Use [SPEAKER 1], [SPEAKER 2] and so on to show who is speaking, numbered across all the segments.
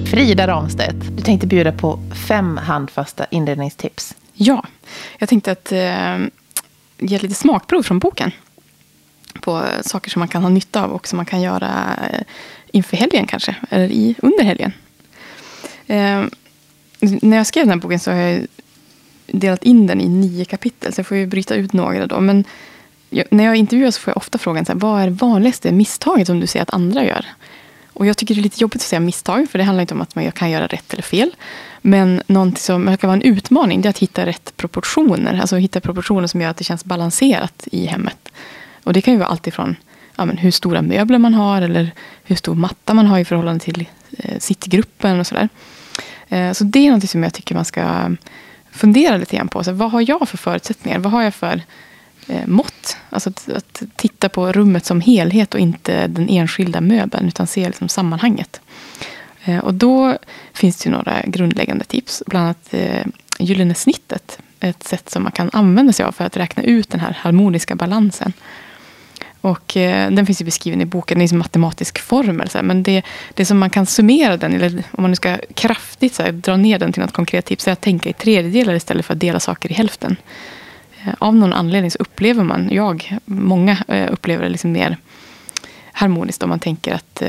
[SPEAKER 1] Frida Ramstedt, du tänkte bjuda på 5 handfasta inredningstips.
[SPEAKER 2] Ja, jag tänkte att ge lite smakprov från boken på saker som man kan ha nytta av och som man kan göra inför helgen kanske, eller under helgen. När jag skrev den här boken så har jag delat in den i 9 kapitel, så jag får ju bryta ut några då. Men när jag intervjuar så får jag ofta frågan så här, vad är det vanligaste misstaget som du ser att andra gör? Och jag tycker det är lite jobbigt att säga misstag, för det handlar inte om att man kan göra rätt eller fel. Men någonting som kan vara en utmaning, det är att hitta rätt proportioner. Alltså hitta proportioner som gör att det känns balanserat i hemmet. Och det kan ju vara allt ifrån hur stora möbler man har, eller hur stor matta man har i förhållande till sittgruppen och sådär. Så det är något som jag tycker man ska fundera lite grann på. Så vad har jag för förutsättningar? Vad har jag för mått? Alltså att titta på rummet som helhet och inte den enskilda möbeln, utan se liksom sammanhanget. Och då finns det ju några grundläggande tips. Bland annat gyllene snittet. Ett sätt som man kan använda sig av för att räkna ut den här harmoniska balansen. Och den finns ju beskriven i boken. Det är en matematisk formel. Men det som man kan summera den, eller om man nu ska kraftigt dra ner den till något konkret tips, är att tänka i tredjedelar istället för att dela saker i hälften. Av någon anledning så upplever många upplever det liksom mer harmoniskt om man tänker att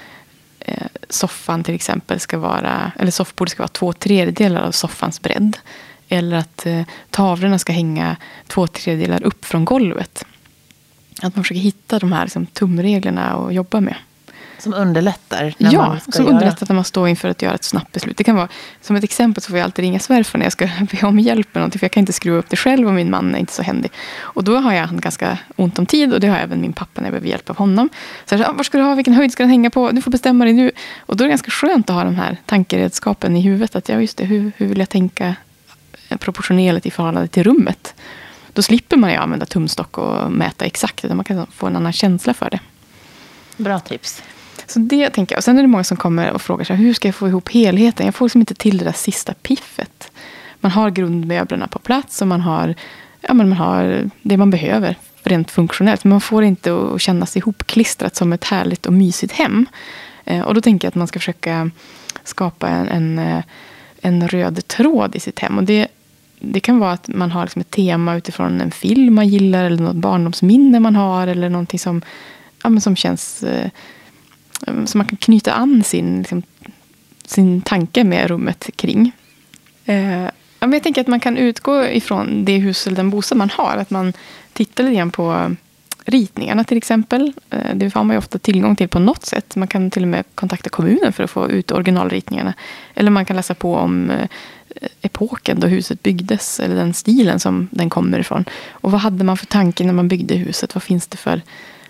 [SPEAKER 2] soffan till exempel eller soffbordet ska vara 2/3 av soffans bredd. Eller att tavlorna ska hänga 2/3 upp från golvet. Att man försöker hitta de här liksom, tumreglerna och jobba med.
[SPEAKER 1] Som underlättar
[SPEAKER 2] underlättar när man står inför att göra ett snabbt beslut. Det kan vara, som ett exempel så får jag alltid ringa svärför när jag ska be om hjälp med någonting. För jag kan inte skruva upp det själv och min man är inte så händig. Och då har jag ganska ont om tid, och det har även min pappa när jag behöver hjälp av honom. Så var ska du ha, vilken höjd ska den hänga på? Du får bestämma dig nu. Och då är det ganska skönt att ha de här tankeredskapen i huvudet. Att hur vill jag tänka proportionellt i förhållande till rummet? Då slipper man ju använda tumstock och mäta exakt, utan man kan få en annan känsla för det.
[SPEAKER 1] Bra tips.
[SPEAKER 2] Så det tänker jag. Och sen är det många som kommer och frågar sig, hur ska jag få ihop helheten? Jag får liksom inte till det där sista piffet. Man har grundmöblerna på plats och man har det man behöver rent funktionellt. Men man får inte att kännas ihopklistrat som ett härligt och mysigt hem. Och då tänker jag att man ska försöka skapa en röd tråd i sitt hem. Och det kan vara att man har liksom ett tema utifrån en film man gillar, eller något barndomsminne man har, eller någonting som känns som man kan knyta an sin tanke med rummet kring. Men jag tänker att man kan utgå ifrån det hus eller den bostad man har. Att man tittar lite grann på ritningarna till exempel. Det har man ju ofta tillgång till på något sätt. Man kan till och med kontakta kommunen för att få ut originalritningarna. Eller man kan läsa på om epoken då huset byggdes, eller den stilen som den kommer ifrån. Och vad hade man för tanke när man byggde huset? Vad finns det för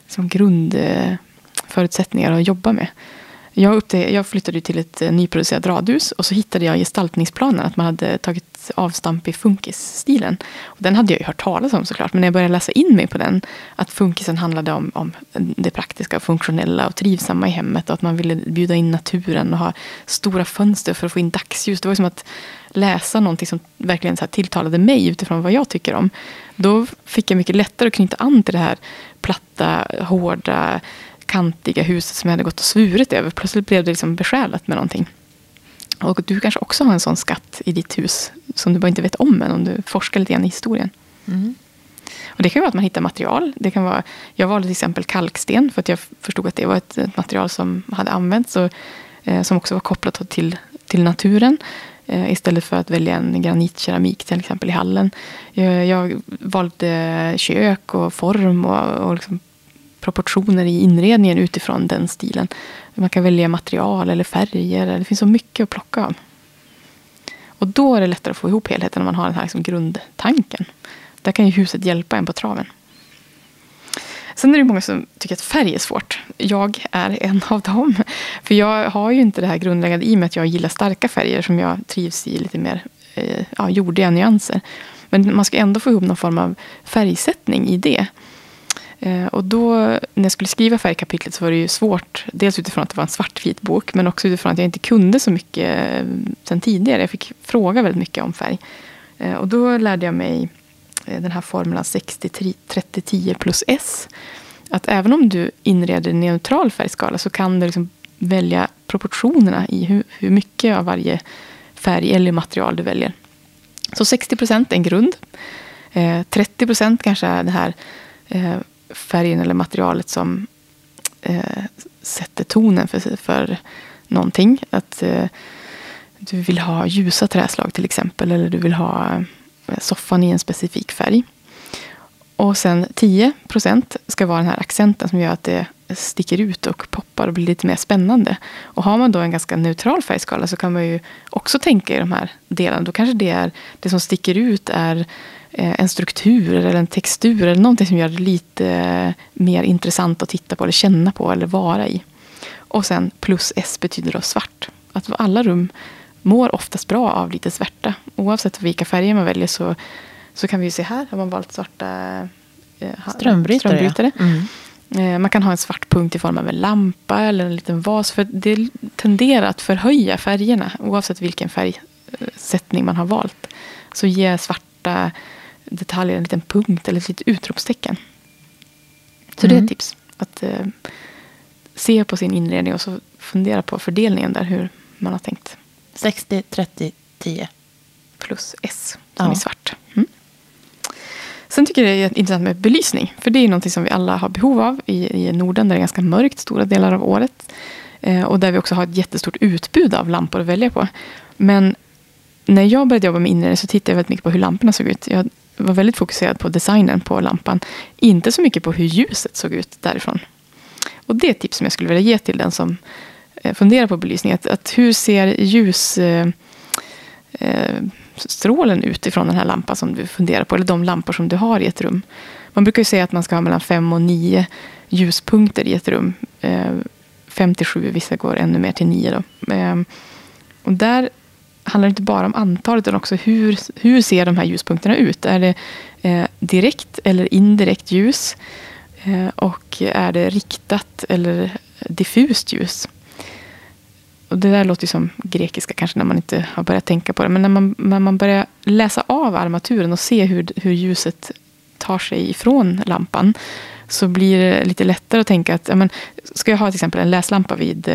[SPEAKER 2] grundförutsättningar att jobba med? Jag flyttade till ett nyproducerat radhus, och så hittade jag gestaltningsplanen, att man hade tagit avstamp i funkisstilen. Och den hade jag ju hört talas om såklart, men när jag började läsa in mig på den, att funkisen handlade om det praktiska, funktionella och trivsamma i hemmet, och att man ville bjuda in naturen och ha stora fönster för att få in dagsljus. Det var som att läsa någonting som verkligen så här tilltalade mig utifrån vad jag tycker om. Då fick jag mycket lättare att knyta an till det här platta, hårda, kantiga huset som jag hade gått och svurit över. Plötsligt blev det liksom besjälat med någonting. Och du kanske också har en sån skatt i ditt hus som du bara inte vet om än, om du forskar lite grann i historien. Mm. Och det kan ju vara att man hittar material. Det kan vara, jag valde till exempel kalksten för att jag förstod att det var ett material som hade använts och som också var kopplat till naturen. Istället för att välja en granitkeramik till exempel i hallen. Jag valde kök och form och liksom proportioner i inredningen utifrån den stilen. Man kan välja material eller färger. Det finns så mycket att plocka av. Och då är det lättare att få ihop helheten när man har den här liksom grundtanken. Där kan ju huset hjälpa en på traven. Sen är det många som tycker att färg är svårt. Jag är en av dem. För jag har ju inte det här grundläggande i mig att jag gillar starka färger som jag trivs i lite mer jordiga nyanser. Men man ska ändå få ihop någon form av färgsättning i det. Och då när jag skulle skriva färgkapitlet så var det ju svårt. Dels utifrån att det var en svartvit bok, men också utifrån att jag inte kunde så mycket sen tidigare. Jag fick fråga väldigt mycket om färg. Och då lärde jag mig den här formulan 60-30-10 plus S. Att även om du inreder en neutral färgskala så kan du liksom välja proportionerna i hur mycket av varje färg eller material du väljer. Så 60% är en grund. 30% kanske är det här färgen eller materialet som sätter tonen för någonting. Att du vill ha ljusa träslag till exempel, eller du vill ha soffan i en specifik färg. Och sen 10% ska vara den här accenten som gör att det sticker ut och poppar och blir lite mer spännande. Och har man då en ganska neutral färgskala så kan man ju också tänka i de här delarna. Då kanske det som sticker ut är en struktur eller en textur eller någonting som gör det lite mer intressant att titta på eller känna på eller vara i. Och sen plus S betyder då svart. Att alla rum mår oftast bra av lite svärta. Oavsett vilka färger man väljer så kan vi ju se här har man valt svarta strömbrytare. Man kan ha en svart punkt i form av en lampa eller en liten vas. För det tenderar att förhöja färgerna oavsett vilken färgsättning man har valt. Så ger svarta detaljer en liten punkt eller ett litet utropstecken. Så det är ett tips. Att se på sin inredning och så fundera på fördelningen där hur man har tänkt.
[SPEAKER 1] 60, 30, 10.
[SPEAKER 2] Plus S som är svart. Sen tycker jag det är intressant med belysning. För det är något som vi alla har behov av i Norden där det är ganska mörkt stora delar av året. Och där vi också har ett jättestort utbud av lampor att välja på. Men när jag började jobba med inredning så tittade jag väldigt mycket på hur lamporna såg ut. Jag var väldigt fokuserad på designen på lampan. Inte så mycket på hur ljuset såg ut därifrån. Och det är ett tips som jag skulle vilja ge till den som funderar på belysning. Att hur ser ljusstrålen ut ifrån den här lampan som du funderar på. Eller de lampor som du har i ett rum. Man brukar ju säga att man ska ha mellan 5 och 9 ljuspunkter i ett rum. 5 till 7, vissa går ännu mer till 9 då. Och där handlar det inte bara om antalet utan också hur ser de här ljuspunkterna ut. Är det direkt eller indirekt ljus? Och är det riktat eller diffust ljus? Och det där låter ju som grekiska kanske när man inte har börjat tänka på det. Men när man börjar läsa av armaturen och se hur ljuset tar sig ifrån lampan så blir det lite lättare att tänka att ska jag ha till exempel en läslampa vid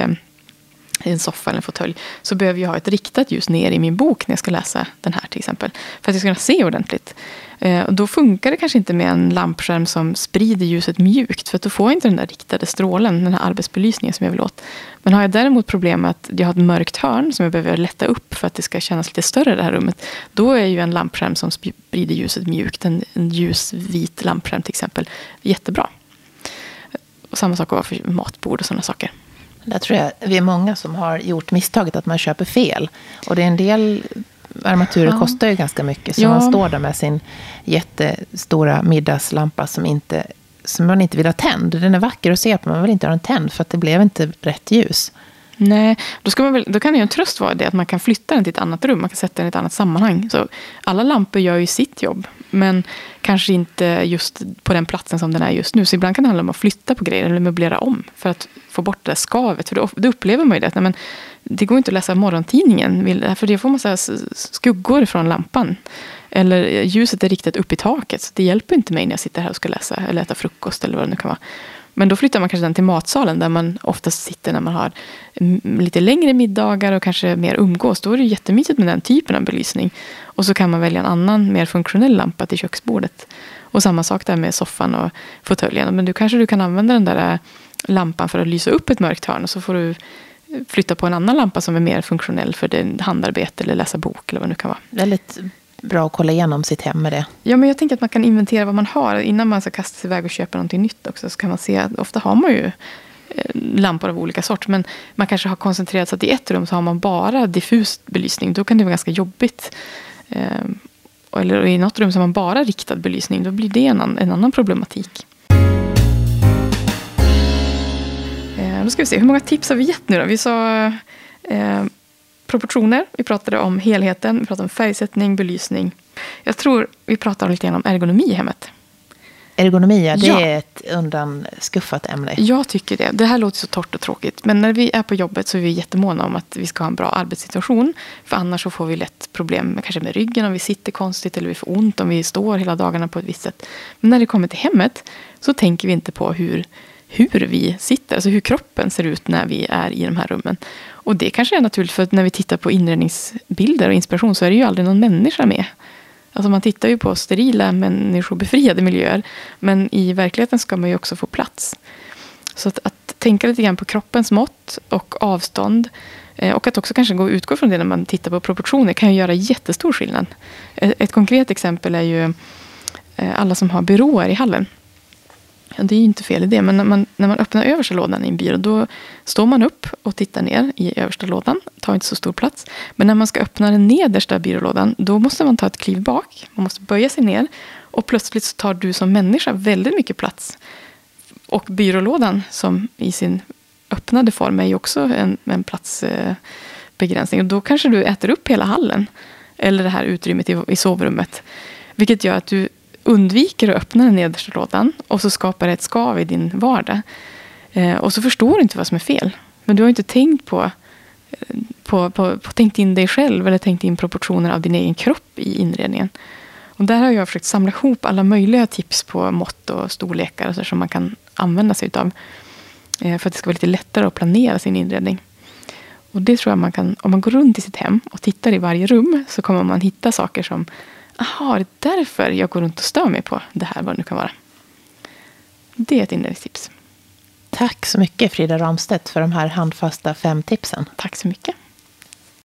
[SPEAKER 2] en soffa eller en fåtölj så behöver jag ha ett riktat ljus ner i min bok när jag ska läsa den här till exempel. För att jag ska kunna se ordentligt. Och då funkar det kanske inte med en lampskärm som sprider ljuset mjukt. För att då får jag inte den där riktade strålen, den här arbetsbelysningen som jag vill åt. Men har jag däremot problem med att jag har ett mörkt hörn som jag behöver lätta upp för att det ska kännas lite större i det här rummet. Då är ju en lampskärm som sprider ljuset mjukt, en ljusvit lampskärm till exempel, jättebra. Och samma sak för matbord och sådana saker.
[SPEAKER 1] Där tror jag vi är många som har gjort misstaget att man köper fel. Och det är en del armaturer kostar ju ganska mycket. Så man står där med sin jättestora middagslampa som man inte vill ha tänd. Den är vacker att se på, men man vill inte ha den tänd för att det blev inte rätt ljus.
[SPEAKER 2] Nej, då kan det ju en tröst vara det att man kan flytta den till ett annat rum. Man kan sätta den i ett annat sammanhang. Så alla lampor gör ju sitt jobb. Men kanske inte just på den platsen som den är just nu. Så ibland kan det handla om att flytta på grejer eller möblera om. För att få bort det där skavet. För då upplever man ju det. Men det går inte att läsa morgontidningen. För det får man så här skuggor från lampan. Eller ljuset är riktat upp i taket. Så det hjälper inte mig när jag sitter här och ska läsa. Eller äta frukost eller vad det nu kan vara. Men då flyttar man kanske den till matsalen där man oftast sitter när man har lite längre middagar och kanske mer umgås. Då är det jättemysigt med den typen av belysning. Och så kan man välja en annan mer funktionell lampa till köksbordet. Och samma sak där med soffan och fåtöljen. Men du kan använda den där lampan för att lysa upp ett mörkt hörn. Och så får du flytta på en annan lampa som är mer funktionell för din handarbete eller läsa bok eller vad det nu kan vara.
[SPEAKER 1] Väldigt bra att kolla igenom sitt hem med det.
[SPEAKER 2] Ja, men jag tänker att man kan inventera vad man har innan man ska kasta sig iväg och köpa någonting nytt också. Så kan man se att ofta har man ju lampor av olika sorter. Men man kanske har koncentrerat sig att i ett rum så har man bara diffus belysning. Då kan det vara ganska jobbigt. Eller i något rum så har man bara riktad belysning. Då blir det en annan problematik. Då ska vi se, hur många tips har vi gett nu då? Vi sa proportioner, vi pratade om helheten, vi pratade om färgsättning, belysning. Jag tror vi pratar lite grann om ergonomi i hemmet.
[SPEAKER 1] Ergonomi, det är ett undanskuffat ämne.
[SPEAKER 2] Jag tycker det. Det här låter så torrt och tråkigt. Men när vi är på jobbet så är vi jättemåna om att vi ska ha en bra arbetssituation. För annars så får vi lätt problem kanske med ryggen om vi sitter konstigt. Eller vi får ont om vi står hela dagarna på ett visst sätt. Men när det kommer till hemmet så tänker vi inte på hur hur vi sitter, alltså hur kroppen ser ut när vi är i de här rummen. Och det kanske är naturligt, för att när vi tittar på inredningsbilder och inspiration så är det ju aldrig någon människa med. Alltså man tittar ju på sterila, människobefriade miljöer, men i verkligheten ska man ju också få plats. Så att tänka lite grann på kroppens mått och avstånd, och att också kanske utgå från det när man tittar på proportioner, kan ju göra jättestor skillnad. Ett konkret exempel är ju alla som har byråer i hallen. Ja, det är ju inte fel i det, men när man öppnar översta lådan i en byrå, då står man upp och tittar ner i översta lådan. Tar inte så stor plats. Men när man ska öppna den nedersta byrålådan, då måste man ta ett kliv bak. Man måste böja sig ner. Och plötsligt så tar du som människa väldigt mycket plats. Och byrålådan, som i sin öppnade form, är ju också en platsbegränsning. Och då kanske du äter upp hela hallen. Eller det här utrymmet i sovrummet. Vilket gör att du undviker att öppna den nedersta lådan, och så skapar det ett skav i din vardag. Och så förstår du inte vad som är fel. Men du har inte tänkt tänkt in dig själv, eller tänkt in proportioner av din egen kropp i inredningen. Och där har jag försökt samla ihop alla möjliga tips på mått och storlekar och så som man kan använda sig av. För att det ska vara lite lättare att planera sin inredning. Och det tror jag man kan, om man går runt i sitt hem och tittar i varje rum, så kommer man hitta saker som, aha, det är därför jag går runt och stör mig på det här, vad det nu kan vara. Det är ett inredningstips.
[SPEAKER 1] Tack så mycket, Frida Ramstedt, för de här handfasta 5 tipsen.
[SPEAKER 2] Tack så mycket.